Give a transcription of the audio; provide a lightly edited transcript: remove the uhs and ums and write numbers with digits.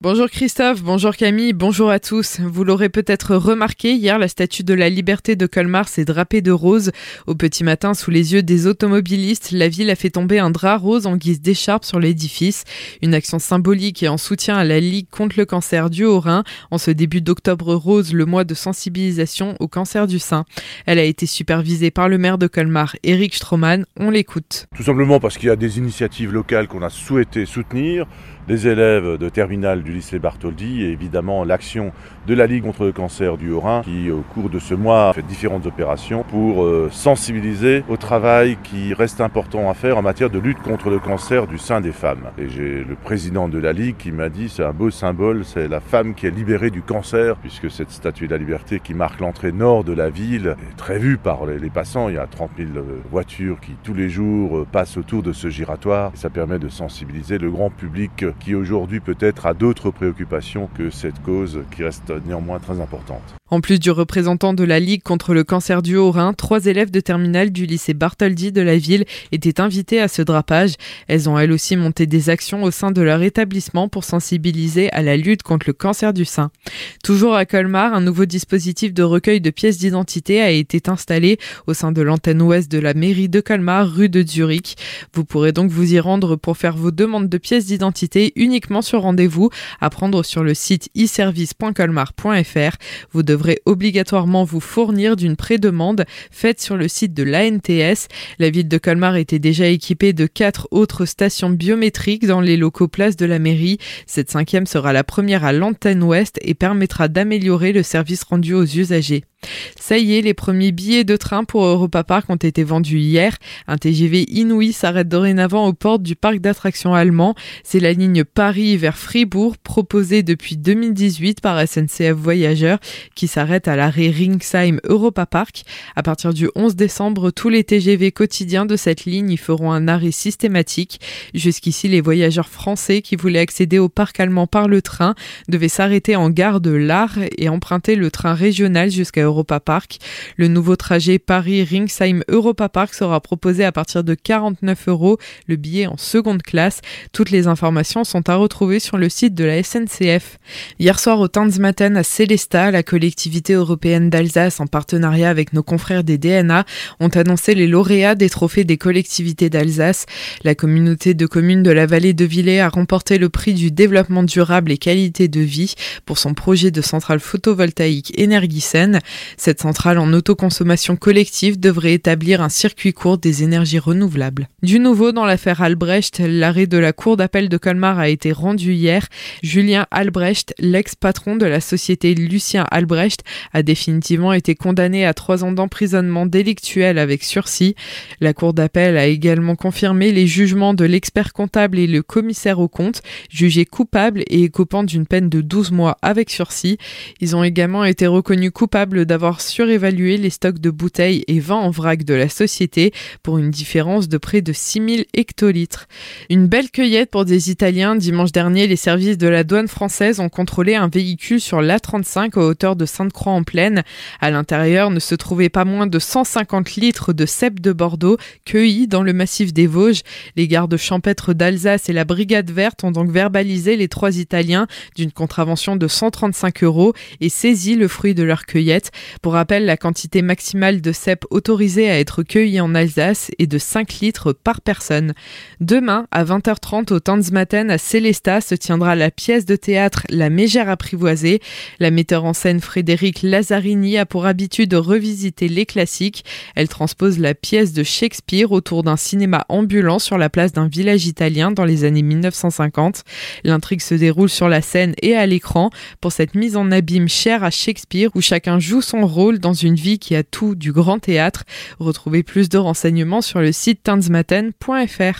Bonjour Christophe, bonjour Camille, bonjour à tous. Vous l'aurez peut-être remarqué, hier la statue de la Liberté de Colmar s'est drapée de rose. Au petit matin, sous les yeux des automobilistes, la ville a fait tomber un drap rose en guise d'écharpe sur l'édifice. Une action symbolique et en soutien à la Ligue contre le cancer du Haut-Rhin, en ce début d'octobre rose, le mois de sensibilisation au cancer du sein. Elle a été supervisée par le maire de Colmar, Éric Stroman. On l'écoute. Tout simplement parce qu'il y a des initiatives locales qu'on a souhaité soutenir. Les élèves de terminale du lycée Bartholdi et évidemment l'action de la Ligue contre le cancer du Haut-Rhin qui au cours de ce mois fait différentes opérations pour sensibiliser au travail qui reste important à faire en matière de lutte contre le cancer du sein des femmes. Et j'ai le président de la Ligue qui m'a dit c'est un beau symbole, c'est la femme qui est libérée du cancer puisque cette statue de la Liberté qui marque l'entrée nord de la ville est très vue par les passants. Il y a 30 000 voitures qui tous les jours passent autour de ce giratoire et ça permet de sensibiliser le grand public qui aujourd'hui peut-être a d'autres préoccupations que cette cause qui reste néanmoins très importante. En plus du représentant de la Ligue contre le cancer du Haut-Rhin, 3 élèves de terminale du lycée Bartholdi de la ville étaient invités à ce drapage. Elles ont elles aussi monté des actions au sein de leur établissement pour sensibiliser à la lutte contre le cancer du sein. Toujours à Colmar, un nouveau dispositif de recueil de pièces d'identité a été installé au sein de l'antenne ouest de la mairie de Colmar, rue de Zurich. Vous pourrez donc vous y rendre pour faire vos demandes de pièces d'identité uniquement sur rendez-vous, à prendre sur le site e-service.colmar.fr. Vous devrez obligatoirement vous fournir d'une prédemande faite sur le site de l'ANTS. La ville de Colmar était déjà équipée de 4 autres stations biométriques dans les locaux place de la mairie. Cette 5e sera la première à l'antenne ouest et permettra d'améliorer le service rendu aux usagers. Ça y est, les premiers billets de train pour Europa Park ont été vendus hier. Un TGV Inouï s'arrête dorénavant aux portes du parc d'attractions allemand. C'est la ligne Paris vers Fribourg, proposée depuis 2018 par SNCF Voyageurs, qui s'arrête à l'arrêt Ringsheim Europa Park. À partir du 11 décembre, tous les TGV quotidiens de cette ligne y feront un arrêt systématique. Jusqu'ici, les voyageurs français qui voulaient accéder au parc allemand par le train devaient s'arrêter en gare de Lahr et emprunter le train régional jusqu'à Europa Park. Le nouveau trajet Paris-Ringsheim Europa Park sera proposé à partir de 49 €, le billet en seconde classe. Toutes les informations sont à retrouver sur le site de la SNCF. Hier soir au Tanzmatten à Sélestat, la collectivité européenne d'Alsace, en partenariat avec nos confrères des DNA, ont annoncé les lauréats des trophées des collectivités d'Alsace. La communauté de communes de la vallée de Villers a remporté le prix du développement durable et qualité de vie pour son projet de centrale photovoltaïque Energisen. Cette centrale en autoconsommation collective devrait établir un circuit court des énergies renouvelables. Du nouveau dans l'affaire Albrecht, l'arrêt de la cour d'appel de Colmar a été rendu hier. Julien Albrecht, l'ex-patron de la société Lucien Albrecht, a définitivement été condamné à 3 ans d'emprisonnement délictuel avec sursis. La cour d'appel a également confirmé les jugements de l'expert comptable et le commissaire aux comptes, jugés coupables et écopant d'une peine de 12 mois avec sursis. Ils ont également été reconnus coupables d'avoir surévalué les stocks de bouteilles et vin en vrac de la société pour une différence de près de 6000 hectolitres. Une belle cueillette pour des Italiens. Dimanche dernier, les services de la douane française ont contrôlé un véhicule sur l'A35 à hauteur de Sainte-Croix-en-Plaine. À l'intérieur ne se trouvait pas moins de 150 litres de cèpe de Bordeaux cueillis dans le massif des Vosges. Les gardes champêtres d'Alsace et la brigade verte ont donc verbalisé les 3 Italiens d'une contravention de 135 € et saisi le fruit de leur cueillette. Pour rappel, la quantité maximale de cèpe autorisée à être cueillie en Alsace est de 5 litres par personne. Demain, à 20h30 au Tanzmatten à Sélestat, se tiendra la pièce de théâtre La Mégère apprivoisée. La metteur en scène Frédéric Lazzarini a pour habitude de revisiter les classiques. Elle transpose la pièce de Shakespeare autour d'un cinéma ambulant sur la place d'un village italien dans les années 1950. L'intrigue se déroule sur la scène et à l'écran pour cette mise en abîme chère à Shakespeare où chacun joue son rôle dans une vie qui a tout du grand théâtre. Retrouvez plus de renseignements sur le site tanzmatten.fr.